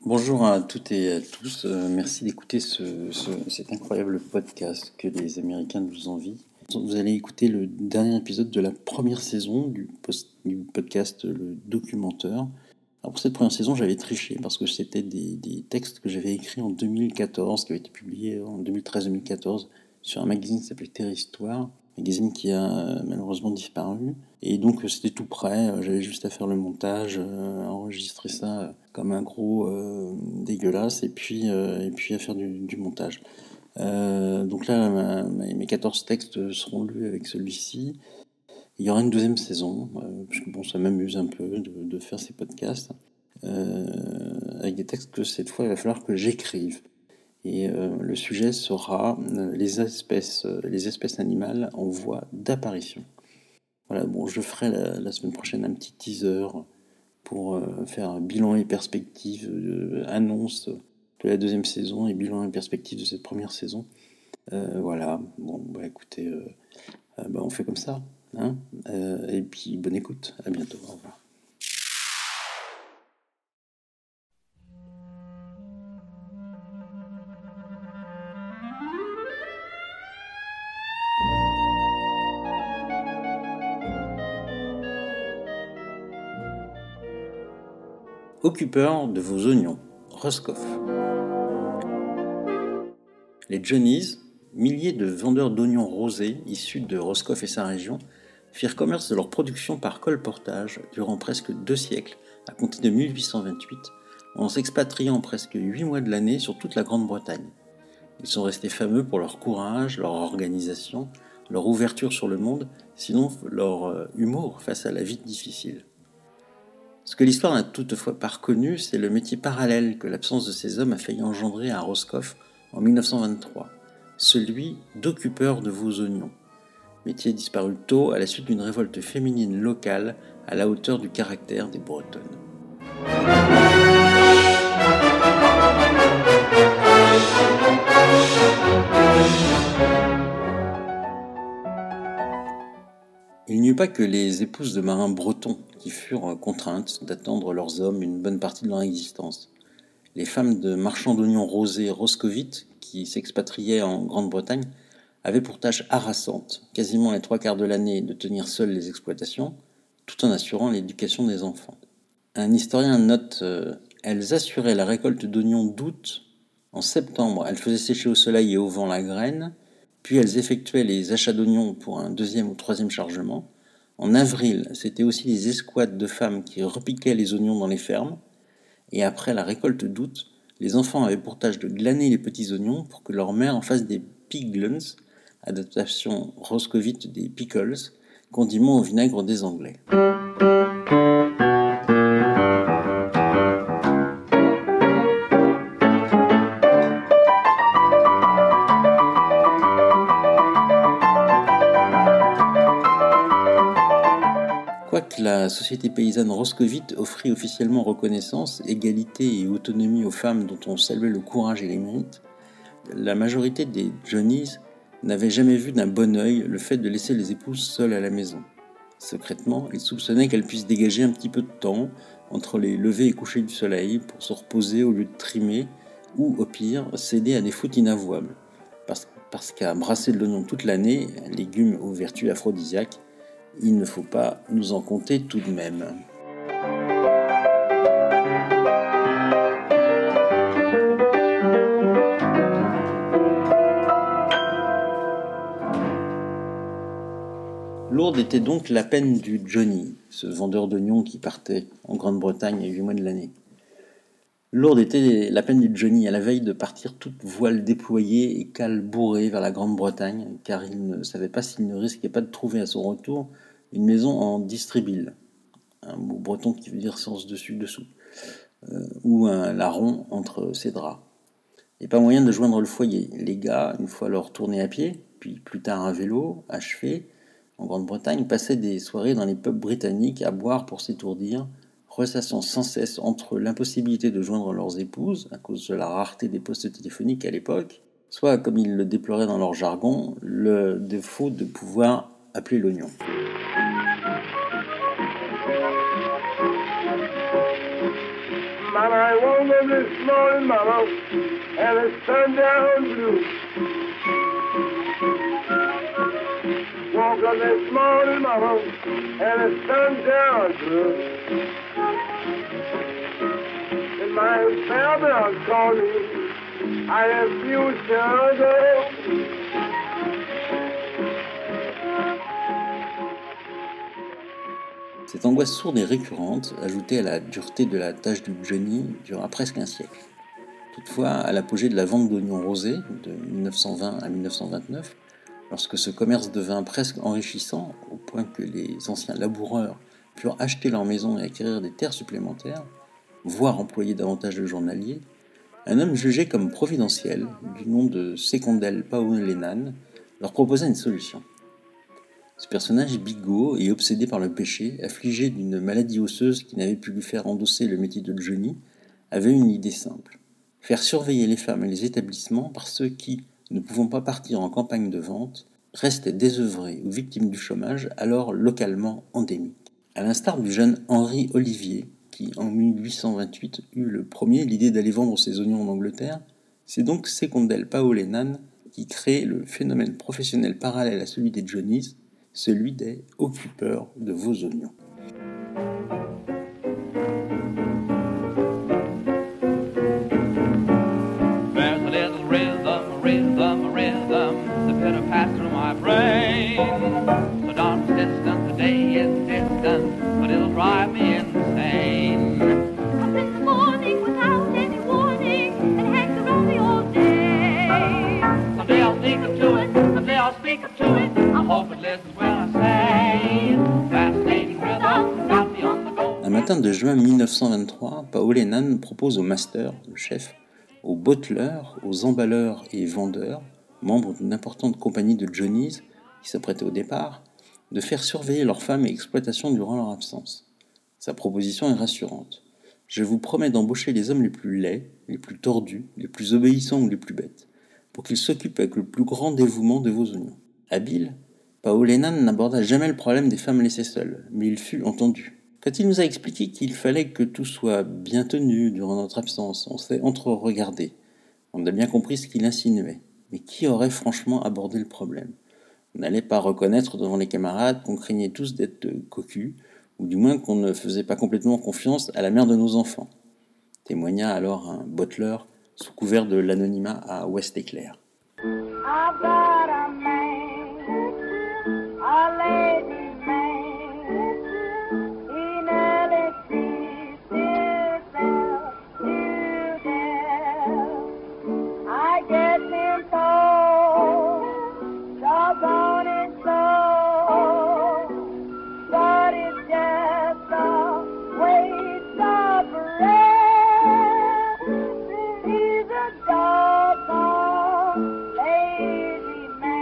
Bonjour à toutes et à tous. Merci d'écouter cet incroyable podcast que les Américains nous envient. Vous allez écouter le dernier épisode de la première saison du podcast Le Documentaire. Alors pour cette première saison, j'avais triché parce que c'était des textes que j'avais écrits en 2014, qui avaient été publiés en 2013-2014 sur un magazine qui s'appelait Terre Histoire, magazine qui a malheureusement disparu. Et donc c'était tout prêt, j'avais juste à faire le montage, enregistrer ça comme un gros dégueulasse, et puis à faire du montage. Donc là, mes 14 textes seront lus avec celui-ci. Il y aura une deuxième saison, parce que bon, ça m'amuse un peu de faire ces podcasts, avec des textes que cette fois il va falloir que j'écrive. Et le sujet sera les espèces animales en voie d'apparition. Voilà, bon, je ferai la semaine prochaine un petit teaser pour faire un bilan et perspective, annonce de la deuxième saison et bilan et perspective de cette première saison. Voilà, bon, bah écoutez, bah, on fait comme ça, hein, et puis bonne écoute, à bientôt, au revoir. Occupeur de vos oignons, Roscoff. Les Johnnies, milliers de vendeurs d'oignons rosés issus de Roscoff et sa région, firent commerce de leur production par colportage durant presque 2 siècles, à compter de 1828, en s'expatriant presque 8 mois de l'année sur toute la Grande-Bretagne. Ils sont restés fameux pour leur courage, leur organisation, leur ouverture sur le monde, sinon leur humour face à la vie difficile. Ce que l'histoire n'a toutefois pas reconnu, c'est le métier parallèle que l'absence de ces hommes a failli engendrer à Roscoff en 1923, celui d'occupeur de vos oignons. Métier disparu tôt à la suite d'une révolte féminine locale à la hauteur du caractère des Bretonnes. Il n'y eut pas que les épouses de marins bretons qui furent contraintes d'attendre leurs hommes une bonne partie de leur existence. Les femmes de marchands d'oignons rosés roscovites, qui s'expatriaient en Grande-Bretagne, avaient pour tâche harassante, quasiment les 3/4 de l'année, de tenir seules les exploitations, tout en assurant l'éducation des enfants. Un historien note elles assuraient la récolte d'oignons d'août. En septembre, elles faisaient sécher au soleil et au vent la graine, puis elles effectuaient les achats d'oignons pour un 2e ou 3e chargement. En avril, c'était aussi les escouades de femmes qui repiquaient les oignons dans les fermes. Et après la récolte d'août, les enfants avaient pour tâche de glaner les petits oignons pour que leur mère en fasse des piglins, adaptation roscovite des pickles, condiments au vinaigre des Anglais. Quoique la société paysanne roscovite offrit officiellement reconnaissance, égalité et autonomie aux femmes dont on saluait le courage et les mérites, la majorité des Johnnies n'avaient jamais vu d'un bon œil le fait de laisser les épouses seules à la maison. Secrètement, ils soupçonnaient qu'elles puissent dégager un petit peu de temps entre les levées et couchers du soleil pour se reposer au lieu de trimer, ou au pire, céder à des fautes inavouables. Parce qu'à brasser de l'oignon toute l'année, légume aux vertus aphrodisiaques, il ne faut pas nous en compter tout de même. Lourde était donc la peine du Johnny, ce vendeur d'oignons qui partait en Grande-Bretagne à 8 mois de l'année. Lourde était la peine du Johnny à la veille de partir toute voile déployée et cale bourrée vers la Grande-Bretagne, car il ne savait pas s'il ne risquait pas de trouver à son retour une maison en distribile, un mot breton qui veut dire sens dessus-dessous, ou un larron entre ses draps. Et pas moyen de joindre le foyer. Les gars, une fois leur tournée à pied, puis plus tard à vélo, achevé, en Grande-Bretagne, passaient des soirées dans les pubs britanniques à boire pour s'étourdir, ressassant sans cesse entre l'impossibilité de joindre leurs épouses, à cause de la rareté des postes téléphoniques à l'époque, soit, comme ils le déploraient dans leur jargon, le défaut de pouvoir appeler l'oignon. Mama, I woke up this morning, Mama, and it's sundown blue. Woke up this morning, Mama, and it's sundown blue. And my family called me, I have future girl. Cette angoisse sourde et récurrente, ajoutée à la dureté de la tâche de Johnny, dura presque un siècle. Toutefois, à l'apogée de la vente d'oignons rosés, de 1920 à 1929, lorsque ce commerce devint presque enrichissant, au point que les anciens laboureurs purent acheter leur maison et acquérir des terres supplémentaires, voire employer davantage de journaliers, un homme jugé comme providentiel, du nom de Secondel Paolenan, leur proposa une solution. Ce personnage bigot et obsédé par le péché, affligé d'une maladie osseuse qui n'avait pu lui faire endosser le métier de Johnny, avait une idée simple. Faire surveiller les femmes et les établissements par ceux qui, ne pouvant pas partir en campagne de vente, restaient désœuvrés ou victimes du chômage, alors localement endémique. À l'instar du jeune Henri Olivier, qui en 1828 eut le premier l'idée d'aller vendre ses oignons en Angleterre, c'est donc Secondel Paolenan qui crée le phénomène professionnel parallèle à celui des Johnnies, celui des occupeurs de vos oignons. There's a little rhythm, the pitter pass through my brain. So darn persistent, the day is distant, but it'll drive me insane. Up in the morning without any warning, and hangs around me all day. Someday I'll think up to it, someday I'll speak up to it. I hope it listens when I say, fascinating rhythm, got me on the go. Un matin de juin 1923, Paolenan propose au master, le chef, aux bottlers, aux emballeurs et vendeurs, membres d'une importante compagnie de Johnnies qui s'apprêtaient au départ, de faire surveiller leurs femmes et exploitations durant leur absence. Sa proposition est rassurante. Je vous promets d'embaucher les hommes les plus laids, les plus tordus, les plus obéissants ou les plus bêtes, pour qu'ils s'occupent avec le plus grand dévouement de vos oignons. Habile, Paolenan n'aborda jamais le problème des femmes laissées seules, mais il fut entendu. Quand il nous a expliqué qu'il fallait que tout soit bien tenu durant notre absence, on s'est entre-regardé. On a bien compris ce qu'il insinuait. Mais qui aurait franchement abordé le problème ? On n'allait pas reconnaître devant les camarades qu'on craignait tous d'être cocus, ou du moins qu'on ne faisait pas complètement confiance à la mère de nos enfants, témoigna alors un butler sous couvert de l'anonymat à West Éclair. I've got a man, a lady man. He nearly treats himself to death. I get him told, doggone it so, but it's just a waste of breath. He's a doggone lazy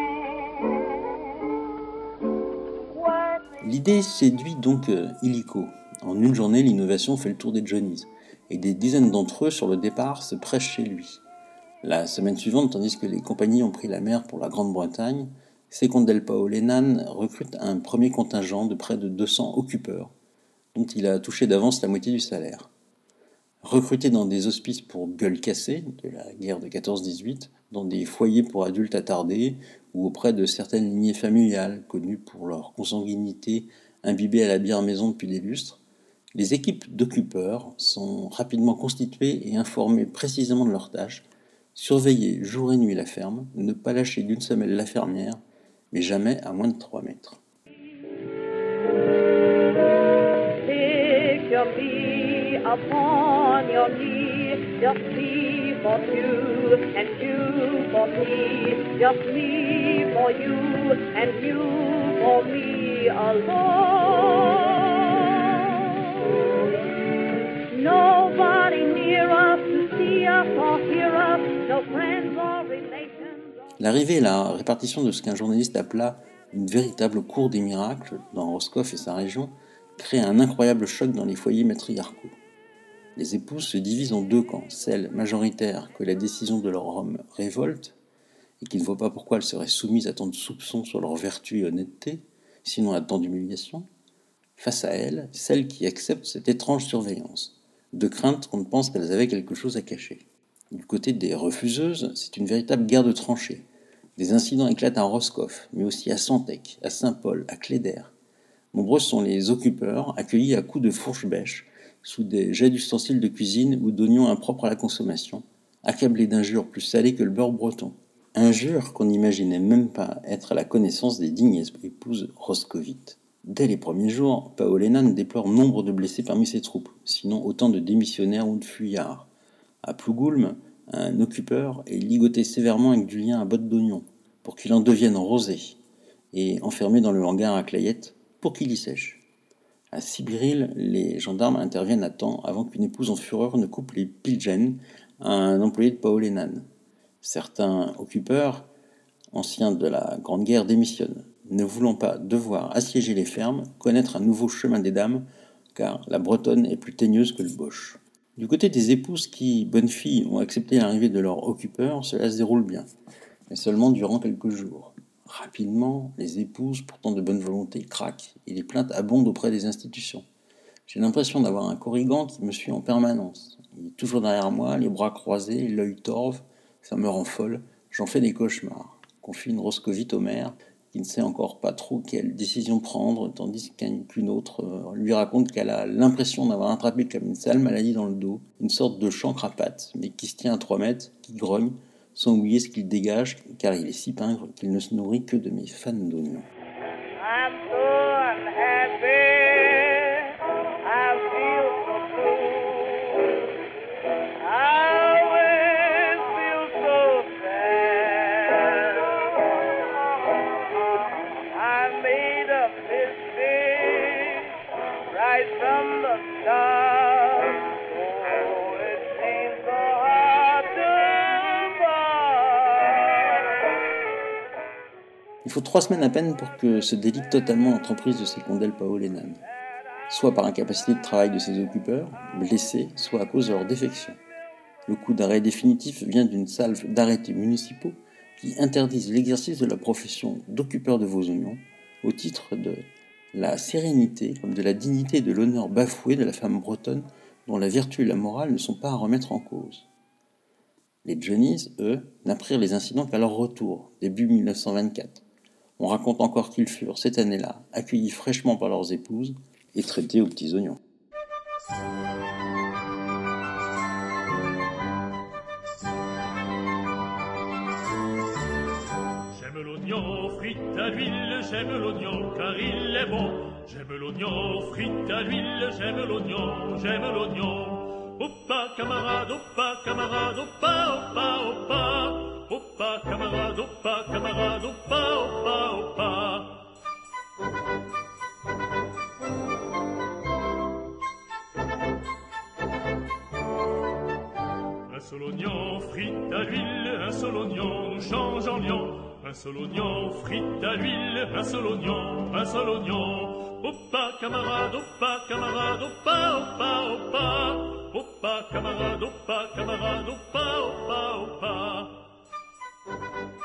man. L'idée séduit donc illico. En une journée, l'innovation fait le tour des Johnnies, et des dizaines d'entre eux sur le départ se pressent chez lui. La semaine suivante, tandis que les compagnies ont pris la mer pour la Grande-Bretagne, Secondel Paolenan recrute un premier contingent de près de 200 occupeurs, dont il a touché d'avance la moitié du salaire. Recrutés dans des hospices pour gueules cassées de la guerre de 14-18, dans des foyers pour adultes attardés ou auprès de certaines lignées familiales connues pour leur consanguinité imbibée à la bière maison depuis des lustres, les équipes d'occupeurs sont rapidement constituées et informées précisément de leurs tâches, surveiller jour et nuit la ferme, ne pas lâcher d'une semelle la fermière, mais jamais à moins de 3 mètres. Picture me upon your knee, just me for you, and you for me, just me for you, and you for me alone. Nobody near us to see us or hear us, no friends or relations. L'arrivée et la répartition de ce qu'un journaliste appela une véritable cour des miracles dans Roscoff et sa région crée un incroyable choc dans les foyers matriarcaux. Les épouses se divisent en deux camps, celles majoritaires que la décision de leur homme révolte, et qui ne voient pas pourquoi elles seraient soumises à tant de soupçons sur leur vertu et honnêteté, sinon à tant d'humiliation, face à elles, celles qui acceptent cette étrange surveillance, de crainte qu'on ne pense qu'elles avaient quelque chose à cacher. Du côté des refuseuses, c'est une véritable guerre de tranchées. Des incidents éclatent à Roscoff, mais aussi à Santec, à Saint-Paul, à Cléder. Nombreux sont les occupeurs accueillis à coups de fourche-bêche, sous des jets d'ustensiles de cuisine ou d'oignons impropres à la consommation, accablés d'injures plus salées que le beurre breton. Injures qu'on n'imaginait même pas être à la connaissance des dignes épouses roscovites. Dès les premiers jours, Paolenane déplore nombre de blessés parmi ses troupes, sinon autant de démissionnaires ou de fuyards. À Plougoulm, un occupeur est ligoté sévèrement avec du lien à bottes d'oignon, pour qu'il en devienne rosé, et enfermé dans le hangar à Clayette, pour qu'il y sèche. À Sibiril, les gendarmes interviennent à temps avant qu'une épouse en fureur ne coupe les pilgènes à un employé de Paolenane. Certains occupeurs, anciens de la Grande Guerre, démissionnent, ne voulant pas devoir assiéger les fermes, connaître un nouveau chemin des dames, car la Bretonne est plus teigneuse que le Boche. Du côté des épouses qui, bonnes filles, ont accepté l'arrivée de leur occupeur, cela se déroule bien, mais seulement durant quelques jours. Rapidement, les épouses, pourtant de bonne volonté, craquent et les plaintes abondent auprès des institutions. J'ai l'impression d'avoir un corrigan qui me suit en permanence. Il est toujours derrière moi, les bras croisés, l'œil torve, ça me rend folle, j'en fais des cauchemars. Confie une roscovite au maire, qui ne sait encore pas trop quelle décision prendre, tandis qu'une autre lui raconte qu'elle a l'impression d'avoir attrapé comme une sale maladie dans le dos, une sorte de chancre à pattes, mais qui se tient à 3 mètres, qui grogne, sans oublier ce qu'il dégage, car il est si pingre qu'il ne se nourrit que de mes fans d'oignons. I'm so unhappy. I feel so blue. I always feel so sad. I made a mistake right from the start. Oh, it seems so hard to Il faut 3 semaines à peine pour que se délite totalement l'entreprise de Secondel Paolenane, soit par incapacité de travail de ses occupeurs, blessés, soit à cause de leur défection. Le coup d'arrêt définitif vient d'une salve d'arrêtés municipaux qui interdisent l'exercice de la profession d'occupeur de vos oignons au titre de la sérénité, comme de la dignité et de l'honneur bafoué de la femme bretonne dont la vertu et la morale ne sont pas à remettre en cause. Les Johnnies, eux, n'apprirent les incidents qu'à leur retour, début 1924. On raconte encore qu'ils furent, cette année-là, accueillis fraîchement par leurs épouses et traités aux petits oignons. J'aime l'oignon frit à l'huile, j'aime l'oignon car il est bon. J'aime l'oignon frit à l'huile, j'aime l'oignon, j'aime l'oignon. Oppa camarade, oppa camarade, oppa, oppa, oppa. Oppa camarade, oppa camarade, oppa, oppa, oppa. Un seul oignon frit à l'huile, un seul oignon nous change en lion. Un seul oignon frit à l'huile, un seul oignon, un seul oignon. Oppa camarade, oppa camarade, oppa, oppa, oppa. Oppa camarade, oppa camarade, oppa, oppa, oppa.